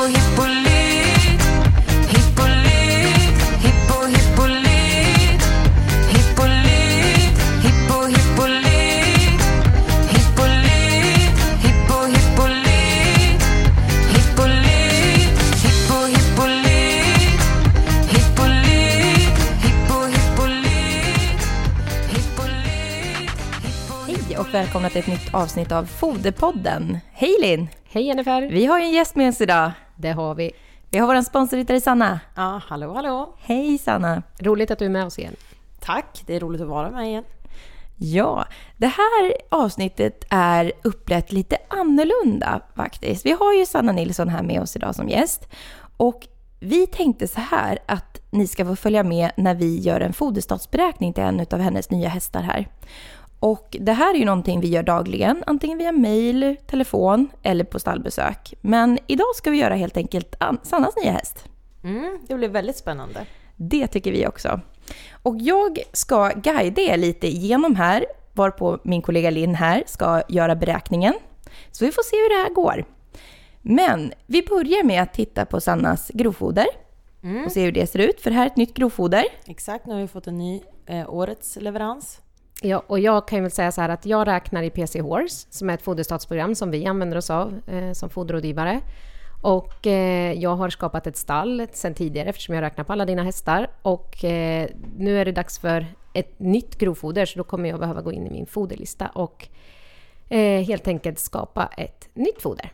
hippolyt, hippolyt, hippo, hippolyt, hippolyt, hippo, hippolyt, hippolyt, hippo, hippolyt, hippolyt, hippo, hippolyt, hippolyt, hippo, hippolyt, hippolyt, hippo. Hej och välkomna till ett nytt avsnitt av Foderpodden. Hej Linn! Hej Jennifer! Vi har ju en gäst med oss idag. Det har vi. Vi har vår sponsorryttare Sanna. Ja, hallå. Hej Sanna! Roligt att du är med oss igen. Tack, det är roligt att vara med igen. Ja, det här avsnittet är upplät lite annorlunda faktiskt. Vi har ju Sanna Nilsson här med oss idag som gäst. Och vi tänkte så här att ni ska få följa med när vi gör en foderstatsberäkning till en av hennes nya hästar här. Och det här är ju någonting vi gör dagligen, antingen via mejl, telefon eller på stallbesök. Men idag ska vi göra helt enkelt Sannas nya häst. Det blir väldigt spännande. Det tycker vi också. Och jag ska guida er lite igenom här, varpå min kollega Linn här ska göra beräkningen. Så vi får se hur det här går. Men vi börjar med att titta på Sannas grovfoder och se hur det ser ut. För det här är ett nytt grovfoder. Exakt, nu har vi fått en ny årets leverans. Ja, och jag kan ju väl säga så här att jag räknar i PC Horse som är ett foderstatsprogram som vi använder oss av som foderrådgivare. Och jag har skapat ett stall sedan tidigare eftersom jag räknar på alla dina hästar. Och nu är det dags för ett nytt grovfoder, så då kommer jag behöva gå in i min foderlista och helt enkelt skapa ett nytt foder.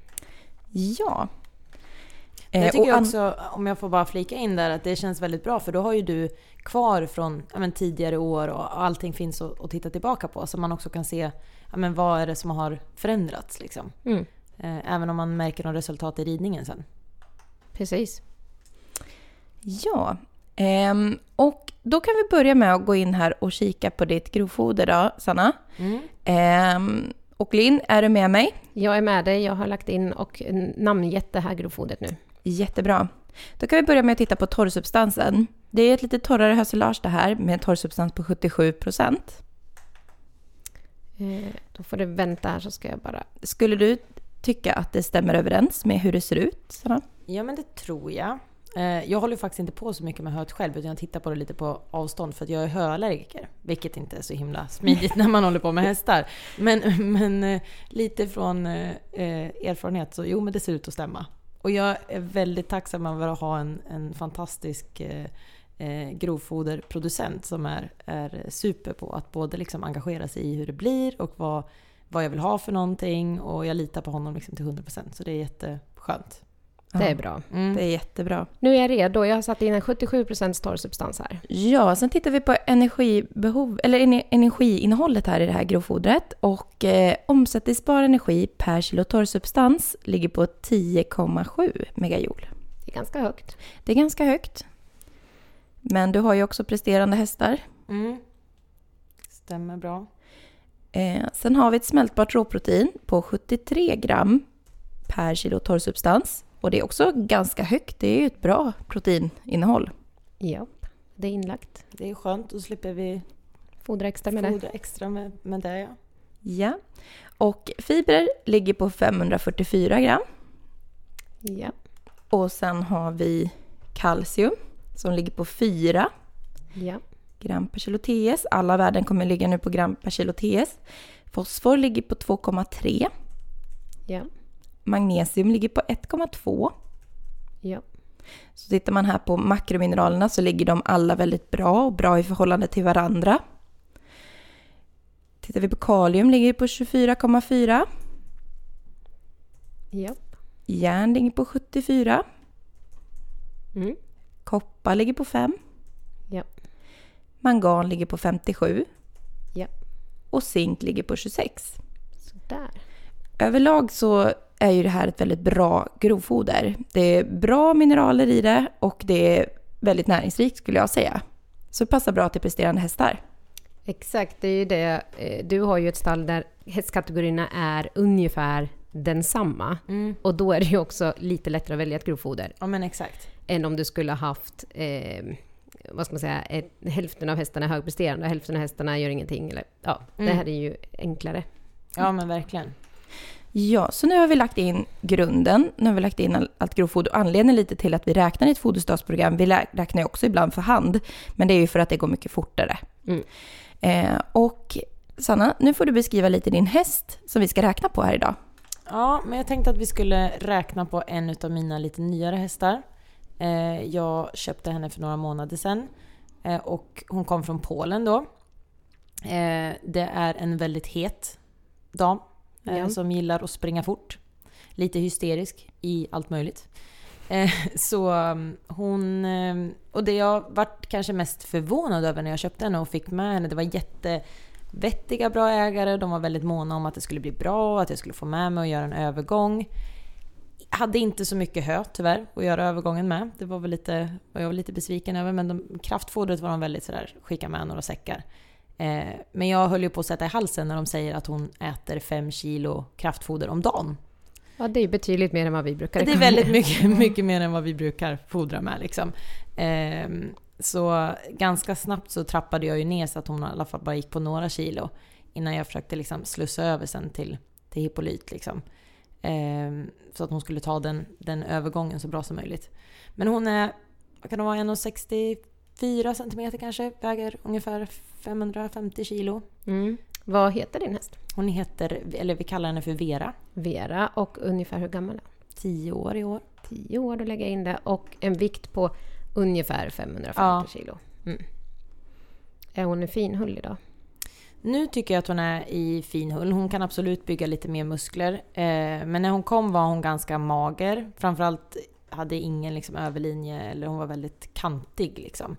Ja. Jag tycker också, om jag får bara flika in där, att det känns väldigt bra, för då har ju du kvar från tidigare år och allting finns att titta tillbaka på, så man också kan se vad är det som har förändrats liksom. Även om man märker någon resultat i ridningen sen. Precis. Ja, och då kan vi börja med att gå in här och kika på ditt grovfoder då, Sanna. Och Linn, är du med mig? Jag är med dig, jag har lagt in och namngett det här grovfodret nu. Jättebra. Då kan vi börja med att titta på torrsubstansen. Det är ett lite torrare hösilage det här med en torrsubstans på 77%. Då får du vänta här så ska jag bara... Skulle du tycka att det stämmer överens med hur det ser ut, Sanna? Ja, men det tror jag. Jag håller faktiskt inte på så mycket med höet själv, utan jag tittar på det lite på avstånd för att jag är höallergiker, vilket inte är så himla smidigt när man håller på med hästar. Men lite från erfarenhet så men det ser ut att stämma. Och jag är väldigt tacksam över att ha en fantastisk grovfoderproducent som är super på att både liksom engagera sig i hur det blir och vad jag vill ha för någonting, och jag litar på honom liksom till 100%, så det är jätteskönt. Det är bra. Det är jättebra. Nu är jag redo. Jag har satt in en 77% torrsubstans här. Ja, sen tittar vi på energiinnehållet här i det här grovfodret. Och omsättningsbar energi per kilo torrsubstans ligger på 10,7 megajoule. Det är ganska högt. Det är ganska högt. Men du har ju också presterande hästar. Stämmer bra. Sen har vi ett smältbart råprotein på 73 gram per kilo torrsubstans. Och det är också ganska högt. Det är ju ett bra proteininnehåll. Ja, det är inlagt. Det är skönt, och slipper vi Fodra extra med det. Ja. Ja. Och fibrer ligger på 544 gram. Ja. Och sen har vi kalcium som ligger på 4 gram per kilo TS. Alla värden kommer ligga nu på gram per kilo TS. Fosfor ligger på 2,3. Ja. Magnesium ligger på 1,2. Ja. Så tittar man här på makromineralerna så ligger de alla väldigt bra och bra i förhållande till varandra. Tittar vi på kalium ligger på 24,4. Ja. Järn ligger på 74. Koppar ligger på 5. Ja. Mangan ligger på 57. Ja. Och zink ligger på 26. Sådär. Överlag så är ju det här ett väldigt bra grovfoder. Det är bra mineraler i det och det är väldigt näringsrikt skulle jag säga. Så det passar bra till presterande hästar. Exakt, det är ju det. Du har ju ett stall där hästkategorierna är ungefär densamma. Och då är det ju också lite lättare att välja ett grovfoder. Ja, men exakt. Än om du skulle ha haft vad ska man säga, hälften av hästarna är högpresterande och hälften av hästarna gör ingenting. Eller, det här är ju enklare. Ja, men verkligen. Ja, så nu har vi lagt in grunden. Nu har vi lagt in allt grovfoder. Anledningen lite till att vi räknar i ett foderstadsprogram. Vi räknar ju också ibland för hand. Men det är ju för att det går mycket fortare. Och Sanna, nu får du beskriva lite din häst som vi ska räkna på här idag. Ja, men jag tänkte att vi skulle räkna på en av mina lite nyare hästar. Jag köpte henne för några månader sedan. Och hon kom från Polen då. Det är en väldigt het dam. Som gillar att springa fort. Lite hysterisk i allt möjligt. Så hon... Och det jag varit kanske mest förvånad över när jag köpte henne och fick med henne, det var jättevettiga bra ägare. De var väldigt måna om att det skulle bli bra, att jag skulle få med mig och göra en övergång. Hade inte så mycket hö tyvärr att göra övergången med. Det var väl lite, vad jag var lite besviken över, men kraftfodret var de väldigt sådär, skicka med några säckar. Men jag höll ju på att sätta i halsen när de säger att hon äter 5 kilo kraftfoder om dagen. Ja, det är betydligt mer än vad vi brukar. Det är väldigt mycket mer än vad vi brukar fodra med liksom. Så ganska snabbt så trappade jag ju ner så att hon i alla fall bara gick på några kilo innan jag försökte liksom slussa över sen till Hippolyt liksom. Så att hon skulle ta den övergången så bra som möjligt. Men hon är, vad kan det vara, 1,64 centimeter kanske, väger ungefär 550 kilo. Vad heter din häst? Hon heter, eller vi kallar henne för Vera. Vera, och ungefär hur gammal är hon? 10 år i år. 10 år, då lägger jag in det. Och en vikt på ungefär 550 kilo. Är hon i fin hull idag? Nu tycker jag att hon är i fin hull. Hon kan absolut bygga lite mer muskler. Men när hon kom var hon ganska mager. Framförallt hade ingen liksom överlinje, eller hon var väldigt kantig liksom.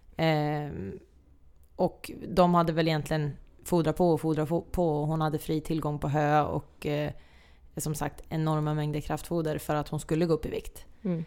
Och de hade väl egentligen fodra på. Hon hade fri tillgång på hö och som sagt enorma mängder kraftfoder för att hon skulle gå upp i vikt.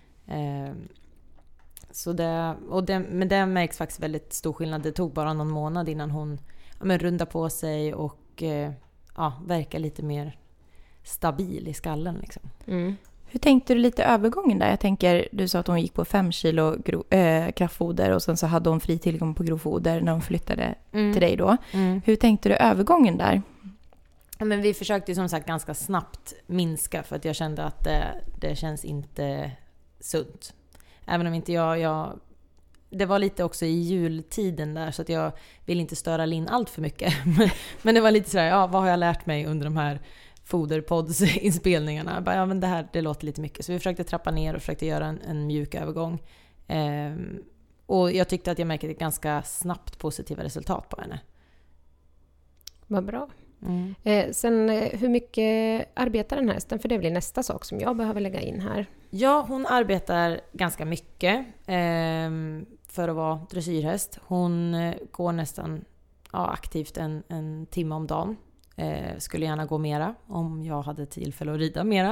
Så men det märks faktiskt väldigt stor skillnad. Det tog bara någon månad innan hon rundade på sig och verkar lite mer stabil i skallen liksom. Hur tänkte du lite övergången där? Jag tänker, du sa att hon gick på 5 kilo kraftfoder och sen så hade hon fri tillgång på grovfoder när hon flyttade till dig då. Hur tänkte du övergången där? Men vi försökte som sagt ganska snabbt minska för att jag kände att det känns inte sunt. Även om inte jag det var lite också i jultiden där så att jag vill inte störa Linn allt för mycket. Men det var lite sådär, vad har jag lärt mig under de här foderpods-inspelningarna? Men det låter lite mycket. Så vi försökte trappa ner och försökte göra en mjuk övergång. Och jag tyckte att jag märkte ett ganska snabbt positiva resultat på henne. Vad bra. Sen hur mycket arbetar den här hästen? För det blir nästa sak som jag behöver lägga in här. Ja, hon arbetar ganska mycket för att vara dressyrhäst. Hon går nästan aktivt en timme om dagen. Skulle gärna gå mera om jag hade tillfälle att rida mera.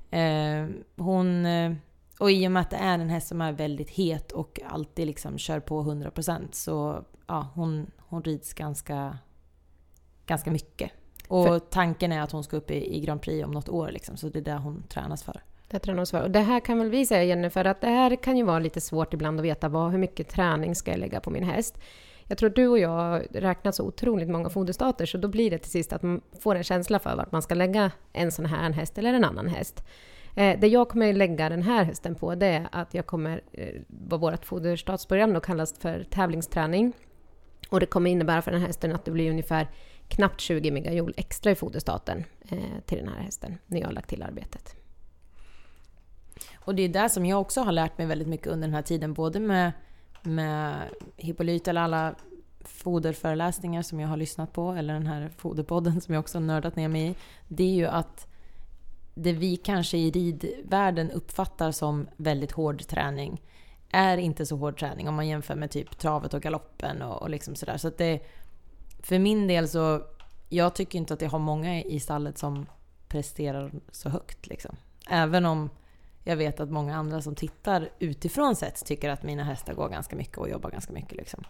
Och i och med att det är en häst som är väldigt het och alltid liksom kör på 100% så hon rids ganska mycket. Och tanken är att hon ska upp i Grand Prix om något år liksom, så det är det hon tränas för. Och det här kan väl vi säga, Jennifer, att det här kan ju vara lite svårt ibland att veta hur mycket träning ska jag lägga på min häst. Jag tror du och jag räknat så otroligt många foderstater, så då blir det till sist att man får en känsla för vart man ska lägga en sån här häst eller en annan häst. Det jag kommer lägga den här hästen på, det är att jag kommer, vad vårt foderstatsprogram då kallas för tävlingsträning. Och det kommer innebära för den här hästen att det blir ungefär knappt 20 megajoule extra i foderstaten till den här hästen när jag har lagt till arbetet. Och det är där som jag också har lärt mig väldigt mycket under den här tiden, både med Hippolyt eller alla foderföreläsningar som jag har lyssnat på, eller den här foderpodden som jag också har nördat ner mig i. Det är ju att det vi kanske i ridvärlden uppfattar som väldigt hård träning är inte så hård träning om man jämför med typ travet och galoppen och liksom sådär. Så att det, för min del så, jag tycker inte att jag har många i stallet som presterar så högt liksom. Även om jag vet att många andra som tittar utifrån sett tycker att mina hästar går ganska mycket och jobbar ganska mycket liksom.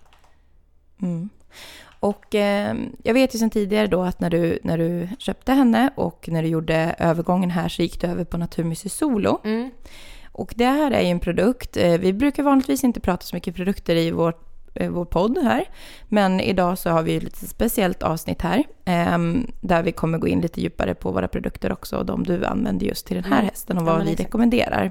Och jag vet ju sedan tidigare då att när du köpte henne och när du gjorde övergången här så gick du över på Naturmysy Solo. Och det här är ju en produkt, vi brukar vanligtvis inte prata så mycket produkter i vårt vår podd här. Men idag så har vi ett lite speciellt avsnitt här. Där vi kommer gå in lite djupare på våra produkter också. Och de du använder just till den här hästen och vad vi rekommenderar.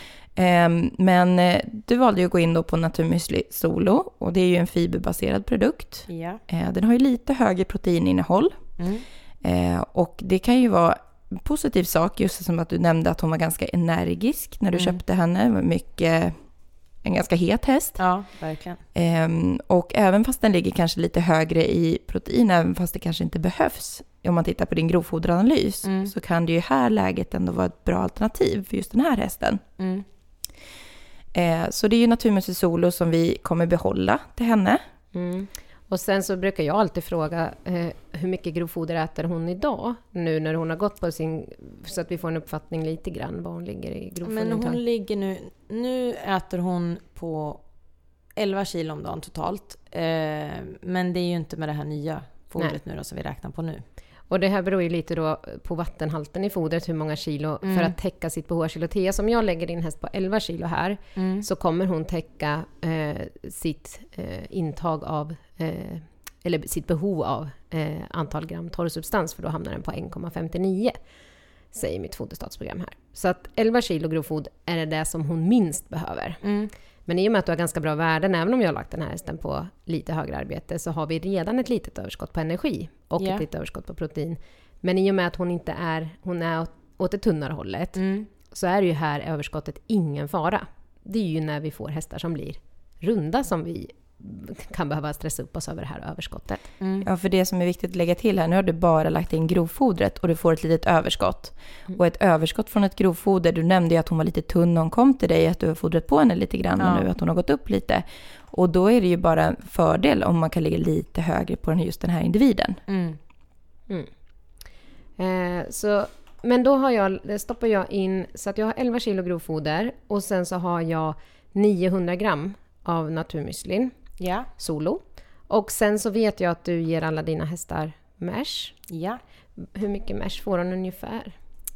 Men du valde ju att gå in då på Naturmüsli Solo. Och det är ju en fiberbaserad produkt. Ja. Den har ju lite högre proteininnehåll. Och det kan ju vara en positiv sak, just som att du nämnde att hon var ganska energisk när du köpte henne. Var en ganska het häst. Ja, verkligen. Och även fast den ligger kanske lite högre i protein, även fast det kanske inte behövs, om man tittar på din grovfoderanalys, så kan det ju här läget ändå vara ett bra alternativ för just den här hästen. Så det är ju Naturmüsli Solo som vi kommer behålla till henne. Och sen så brukar jag alltid fråga hur mycket grovfoder äter hon idag? Nu när hon har gått på sin... Så att vi får en uppfattning lite grann vad hon ligger i grovfoderintag. Men hon ligger nu äter hon på 11 kilo om dagen totalt. Men det är ju inte med det här nya fodret nu då, som vi räknar på nu. Och det här beror ju lite då på vattenhalten i fodret, hur många kilo för att täcka sitt behov av kilo. Tia, som jag lägger in häst på 11 kilo här, så kommer hon täcka sitt intag av, eller sitt behov av antal gram torrsubstans, för då hamnar den på 1,59, säger mitt foderstatsprogram här. Så att 11 kilo grovfoder är det som hon minst behöver. Men i och med att du har ganska bra värden, även om jag har lagt den här hästen på lite högre arbete, så har vi redan ett litet överskott på energi och ett litet överskott på protein. Men i och med att hon är åt det tunnare hållet, så är det ju här överskottet ingen fara. Det är ju när vi får hästar som blir runda som vi kan behöva stressa upp oss över det här överskottet. Ja, för det som är viktigt att lägga till här, nu har du bara lagt in grovfodret och du får ett litet överskott. Och ett överskott från ett grovfoder, du nämnde ju att hon var lite tunn när hon kom till dig, att du har fodrat på henne lite grann och nu att hon har gått upp lite. Och då är det ju bara en fördel om man kan ligga lite högre på just den här individen. Men då stoppar jag in så att jag har 11 kilo grovfoder och sen så har jag 900 gram av Naturmüsli Solo. Och sen så vet jag att du ger alla dina hästar mesh. Ja. Hur mycket mesh får hon ungefär?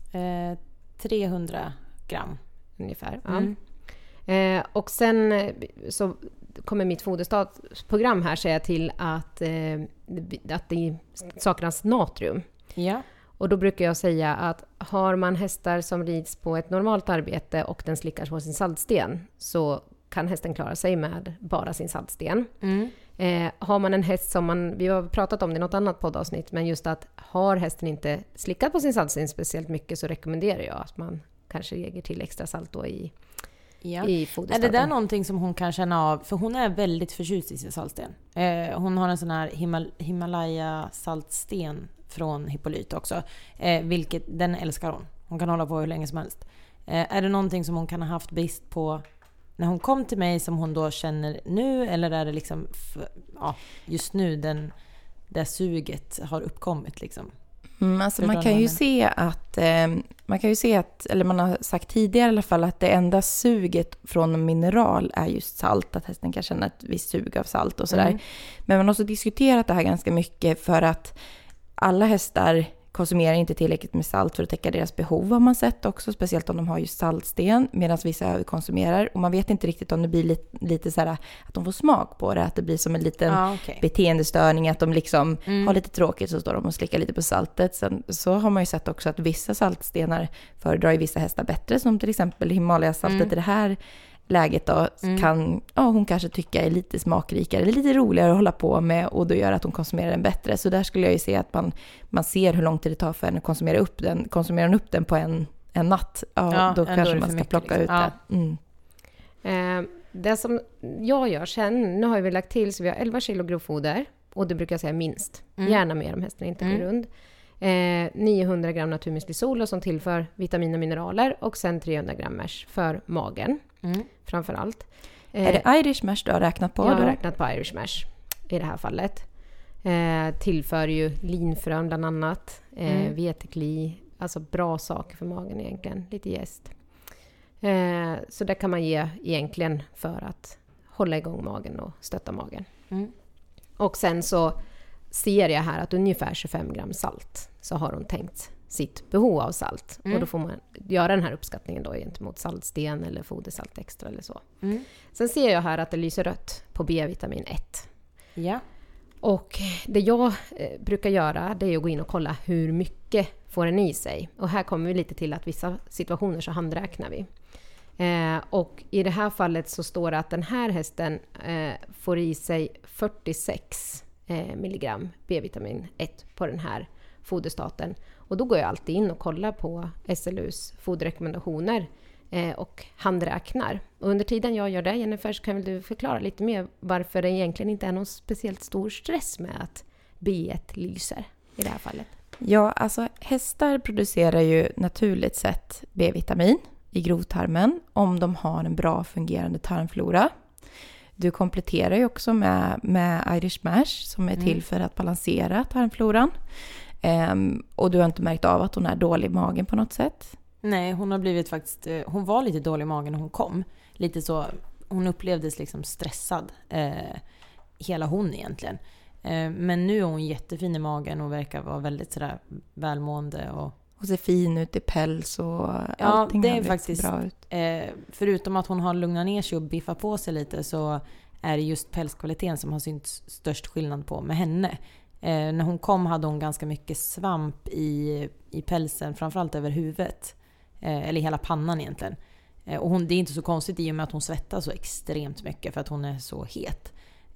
300 gram. Ungefär, och sen så kommer mitt foderstatsprogram här säga till att det saknas natrium. Ja. Och då brukar jag säga att har man hästar som rids på ett normalt arbete och den slickar på sin saltsten, så kan hästen klara sig med bara sin saltsten. Har man en häst som vi har pratat om det i något annat poddavsnitt, men just att har hästen inte slickat på sin saltsten speciellt mycket, så rekommenderar jag att man kanske lägger till extra salt då i foderstaten. Är det där någonting som hon kan känna av? För hon är väldigt förtjust i sin saltsten. Hon har en sån här Himalaya saltsten från Hippolyt också. Vilket, den älskar hon. Hon kan hålla på hur länge som helst. Är det någonting som hon kan ha haft brist på när hon kom till mig som hon då känner nu? Eller är det liksom just nu det suget har uppkommit liksom? Alltså man kan ju se att, eller man har sagt tidigare i alla fall, att det enda suget från mineral är just salt, att hästen kan känna ett visst sug av salt och sådär. Men man har också diskuterat det här ganska mycket, för att alla hästar konsumerar inte tillräckligt med salt för att täcka deras behov, har man sett också, speciellt om de har just saltsten, medan vissa överkonsumerar, och man vet inte riktigt om det blir lite så här att de får smak på det, att det blir som en liten beteendestörning, att de liksom har lite tråkigt, så står de och slickar lite på saltet. Sen så har man ju sett också att vissa saltstenar föredrar i vissa hästar bättre, som till exempel Himalaya-saltet i det här läget då, kan hon kanske tycka är lite smakrikare eller lite roligare att hålla på med, och då gör att hon konsumerar den bättre. Så där skulle jag ju se att man ser hur lång tid det tar för henne att konsumera upp den. Konsumerar hon upp den på en natt, då kanske man ska plocka ut det. Det som jag gör sen, nu har vi lagt till så vi har 11 kilo grovfoder, och det brukar jag säga minst. Gärna mer om hästen inte blir rund. 900 gram Naturmüsli Solo som tillför vitaminer och mineraler, och sen 300 gram mesh för magen framför allt. Är det Irish mesh du har räknat på? Jag har räknat på Irish mesh i det här fallet. Tillför ju linfrön bland annat, vetekli, alltså bra saker för magen egentligen, lite jäst. Så det kan man ge egentligen för att hålla igång magen och stötta magen. Och sen så ser jag här att ungefär 25 gram salt så har hon tänkt sitt behov av salt. Och då får man göra den här uppskattningen då gentemot saltsten eller fodersalt extra eller så. Sen ser jag här att det lyser rött på B-vitamin 1. Ja. Och det jag brukar göra, det är att gå in och kolla hur mycket får den i sig. Och här kommer vi lite till att vissa situationer så handräknar vi. Och i det här fallet så står det att den här hästen får i sig 46 milligram B-vitamin 1 på den här foderstaten. Och då går jag alltid in och kollar på SLUs foderrekommendationer och handräknar. Och under tiden jag gör det, Jennifer, så kan väl du förklara lite mer varför det egentligen inte är någon speciellt stor stress med att B1 lyser i det här fallet. Ja, alltså hästar producerar ju naturligt sett B-vitamin i grovtarmen om de har en bra fungerande tarmflora. Du kompletterar ju också med Irish Mash som är till för att balansera tarmfloran. Och du har inte märkt av att hon är dålig i magen på något sätt? Nej, hon har blivit faktiskt... Hon var lite dålig i magen när hon kom. Lite så... Hon upplevdes liksom stressad. Hela hon egentligen. Men nu är hon jättefin i magen och verkar vara väldigt sådär välmående och... Och ser fin ut i päls och allting. Ja, det är faktiskt bra ut. Förutom att hon har lugnat ner sig och biffat på sig lite, så är det just pälskvaliteten som har synts störst skillnad på med henne. När hon kom hade hon ganska mycket svamp i pälsen, framförallt över huvudet. Eller hela pannan egentligen. Och det är inte så konstigt i och med att hon svettas så extremt mycket för att hon är så het.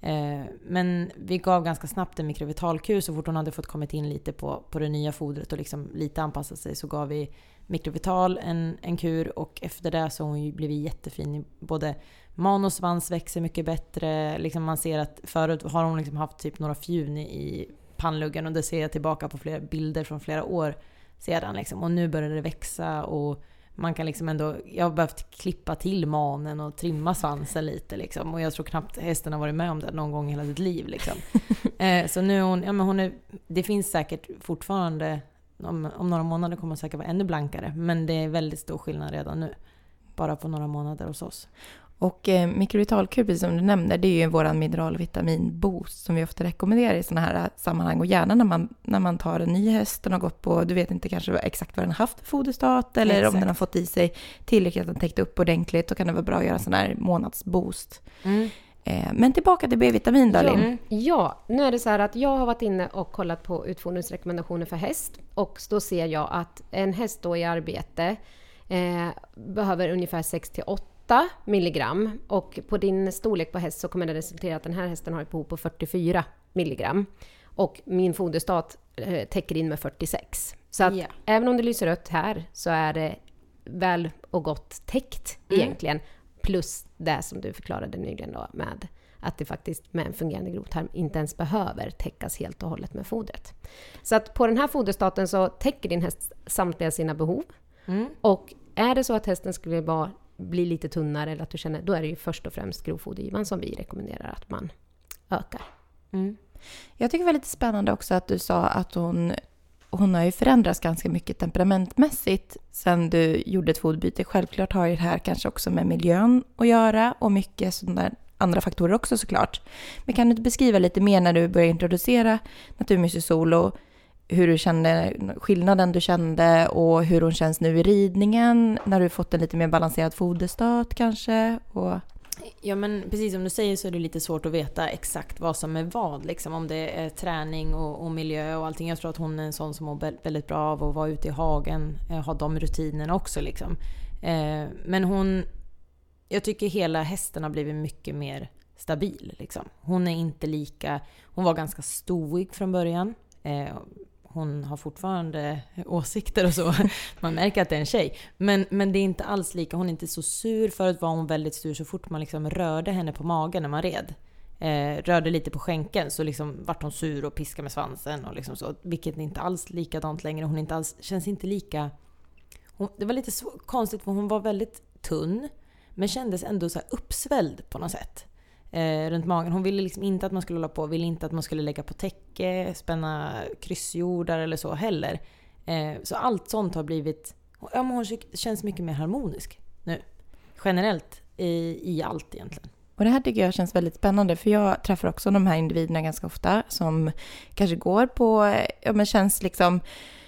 Men vi gav ganska snabbt en mikrovitalkur så fort hon hade fått kommit in lite på det nya fodret och liksom lite anpassat sig, så gav vi mikrovital en kur, och efter det så har hon ju blivit jättefin. Både man och svans växer mycket bättre. Liksom man ser att förut har hon liksom haft typ några fjun i pannluggen, och det ser jag tillbaka på flera bilder från flera år sedan liksom. Och nu börjar det växa och man kan liksom ändå, jag har behövt klippa till manen och trimma svansen lite liksom, och jag tror knappt hästen har varit med om det någon gång i hela sitt liv liksom. Så nu hon är, det finns säkert fortfarande om några månader kommer hon säkert vara ännu blankare, men det är väldigt stor skillnad redan nu bara på några månader hos oss. Och mikrovitalkur, som du nämnde, det är ju våran mineral- och vitaminboost som vi ofta rekommenderar i sådana här sammanhang, och gärna när man tar en ny häst och har gått på, du vet inte kanske exakt vad den har haft för foderstat, eller exakt. Om den har fått i sig tillräckligt att den täckt upp ordentligt, så kan det vara bra att göra sån här månadsboost. Men tillbaka till B-vitamin då, Linn. Ja, nu är det så här att jag har varit inne och kollat på utfodringsrekommendationer för häst, och då ser jag att en häst då i arbete behöver ungefär 6-8 milligram, och på din storlek på häst så kommer det resultera att den här hästen har ett behov på 44 milligram, och min foderstat täcker in med 46. Så att även om det lyser rött här så är det väl och gott täckt egentligen, plus det som du förklarade nyligen då, med att det faktiskt med en fungerande grovtarm inte ens behöver täckas helt och hållet med fodret. Så att på den här foderstaten så täcker din häst samtliga sina behov. Och är det så att hästen skulle bli lite tunnare, eller att du känner, då är det ju först och främst grovfodergivan som vi rekommenderar att man ökar. Jag tycker det var lite spännande också att du sa att hon har ju förändrats ganska mycket temperamentmässigt sen du gjorde ett foderbyte. Självklart har ju det här kanske också med miljön att göra, och mycket sådana andra faktorer också såklart. Men kan du inte beskriva lite mer när du började introducera Naturmysisol, och hur du kände, skillnaden du kände, och hur hon känns nu i ridningen när du fått en lite mer balanserad foderstat kanske? Ja, men precis som du säger så är det lite svårt att veta exakt vad som är vad liksom, om det är träning och miljö och allting. Jag tror att hon är en sån som mår väldigt bra av att vara ute i hagen, ha de rutinerna också liksom. Men jag tycker hela hästen har blivit mycket mer stabil liksom. Hon är inte lika, hon var ganska stoig från början. Hon har fortfarande åsikter och så. Man märker att det är en tjej. Men det är inte alls lika. Hon är inte så sur. Förut var hon väldigt sur så fort man liksom rörde henne på magen när man red. Rörde lite på skänken så liksom vart hon sur och piskade med svansen. Och liksom så, vilket är inte alls likadant längre. Hon inte alls, känns inte lika... det var lite konstigt för hon var väldigt tunn. Men kändes ändå så här uppsvälld på något sätt. Runt magen. Hon ville liksom inte att man skulle hålla på, ville inte att man skulle lägga på täcke, spänna kryssjordar eller så heller. Så allt sånt har blivit, hon känns mycket mer harmonisk nu. Generellt i allt egentligen. Och det här tycker jag känns väldigt spännande, för jag träffar också de här individerna ganska ofta som kanske går på, men känns liksom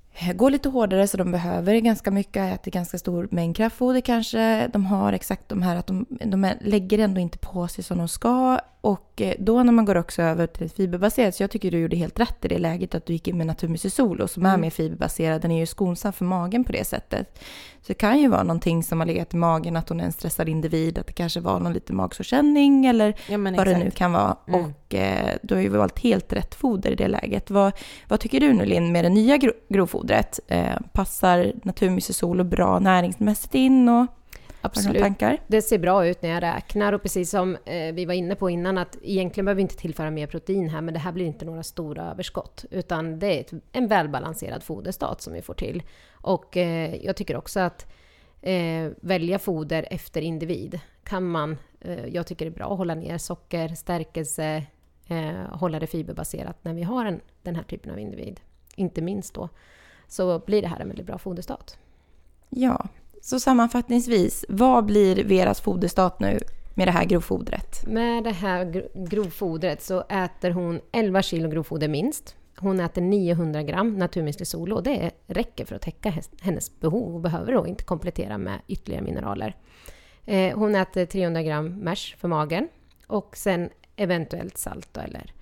går lite hårdare så de behöver ganska mycket, äter ganska stor mängd kraftfoder kanske. De har exakt de här att de lägger ändå inte på sig som de ska. Och då när man går också över till ett fiberbaserat, så jag tycker du gjorde helt rätt i det läget att du gick in med Naturmysis Solo som är mer fiberbaserad. Den är ju skonsam för magen på det sättet. Så det kan ju vara någonting som har legat i magen, att hon är en stressad individ, att det kanske var någon liten magsårkänning eller vad det nu kan vara. Och då har ju valt helt rätt foder i det läget. Vad tycker du nu, Linn, med det nya grovfodret? Passar Naturmysis Solo bra näringsmässigt in och absolut. Tankar? Det ser bra ut när jag räknar, och precis som vi var inne på innan, att egentligen behöver vi inte tillföra mer protein här, men det här blir inte några stora överskott, utan det är en välbalanserad foderstat som vi får till. Och jag tycker också att välja foder efter individ kan man, jag tycker det är bra att hålla ner socker, stärkelse, hålla det fiberbaserat när vi har den här typen av individ. Inte minst då, så blir det här en väldigt bra foderstat. Ja. Så sammanfattningsvis, vad blir Veras foderstat nu med det här grovfodret? Med det här grovfodret så äter hon 11 kilo grovfoder minst. Hon äter 900 gram Naturmysis Solo, och det räcker för att täcka hennes behov och behöver då inte komplettera med ytterligare mineraler. Hon äter 300 gram mesh för magen och sen eventuellt salt eller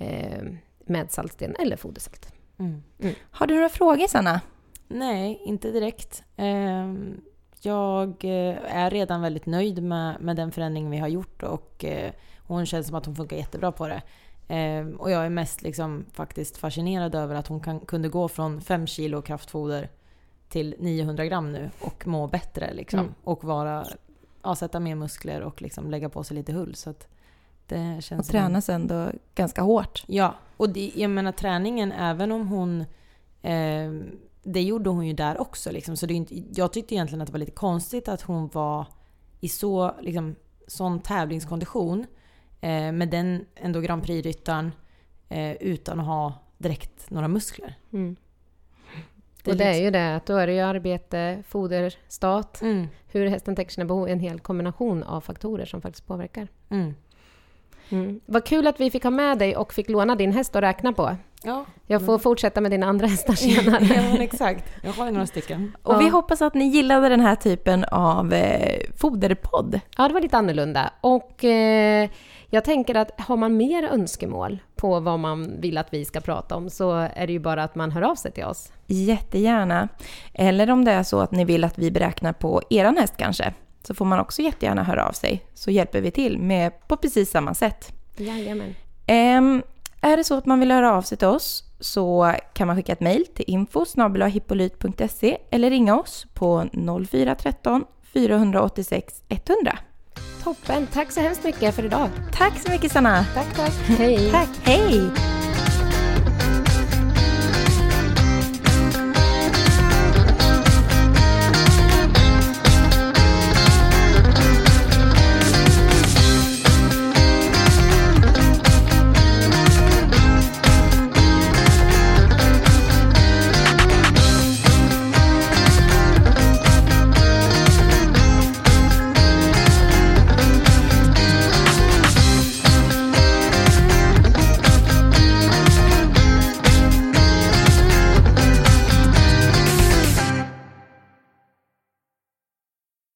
med saltsten eller fodersalt. Har du några frågor, Sanna? Nej, inte direkt. Jag är redan väldigt nöjd med den förändring vi har gjort, och hon känns som att hon funkar jättebra på det. Och jag är mest liksom faktiskt fascinerad över att hon kunde gå från 5 kilo kraftfoder till 900 gram nu och må bättre liksom. Och sätta mer muskler och liksom lägga på sig lite hull. Så att det känns och tränas ändå ganska hårt. Ja, och jag menar träningen, även om hon... det gjorde hon ju där också. Liksom. Så jag tyckte egentligen att det var lite konstigt att hon var i sån tävlingskondition med den ändå Grand Prix-ryttaren utan att ha direkt några muskler. Det är ju det, att då är det ju arbete, foderstat, hur hästen täcker sina behov, en hel kombination av faktorer som faktiskt påverkar. Vad kul att vi fick ha med dig och fick låna din häst att räkna på. Ja. Jag får fortsätta med dina andra hästar senare. Ja, exakt. Jag har ju några stycken. Och vi hoppas att ni gillade den här typen av foderpodd. Ja, det var lite annorlunda. Och jag tänker att har man mer önskemål på vad man vill att vi ska prata om, så är det ju bara att man hör av sig till oss. Jättegärna. Eller om det är så att ni vill att vi beräknar på eran häst kanske, så får man också jättegärna höra av sig. Så hjälper vi till på precis samma sätt. Jajamän. Är det så att man vill höra av sig till oss, så kan man skicka ett mejl till info@hippolyt.se eller ringa oss på 0413 486 100. Toppen, tack så hemskt mycket för idag. Tack så mycket, Sanna. Tack. Hej. Tack, hej.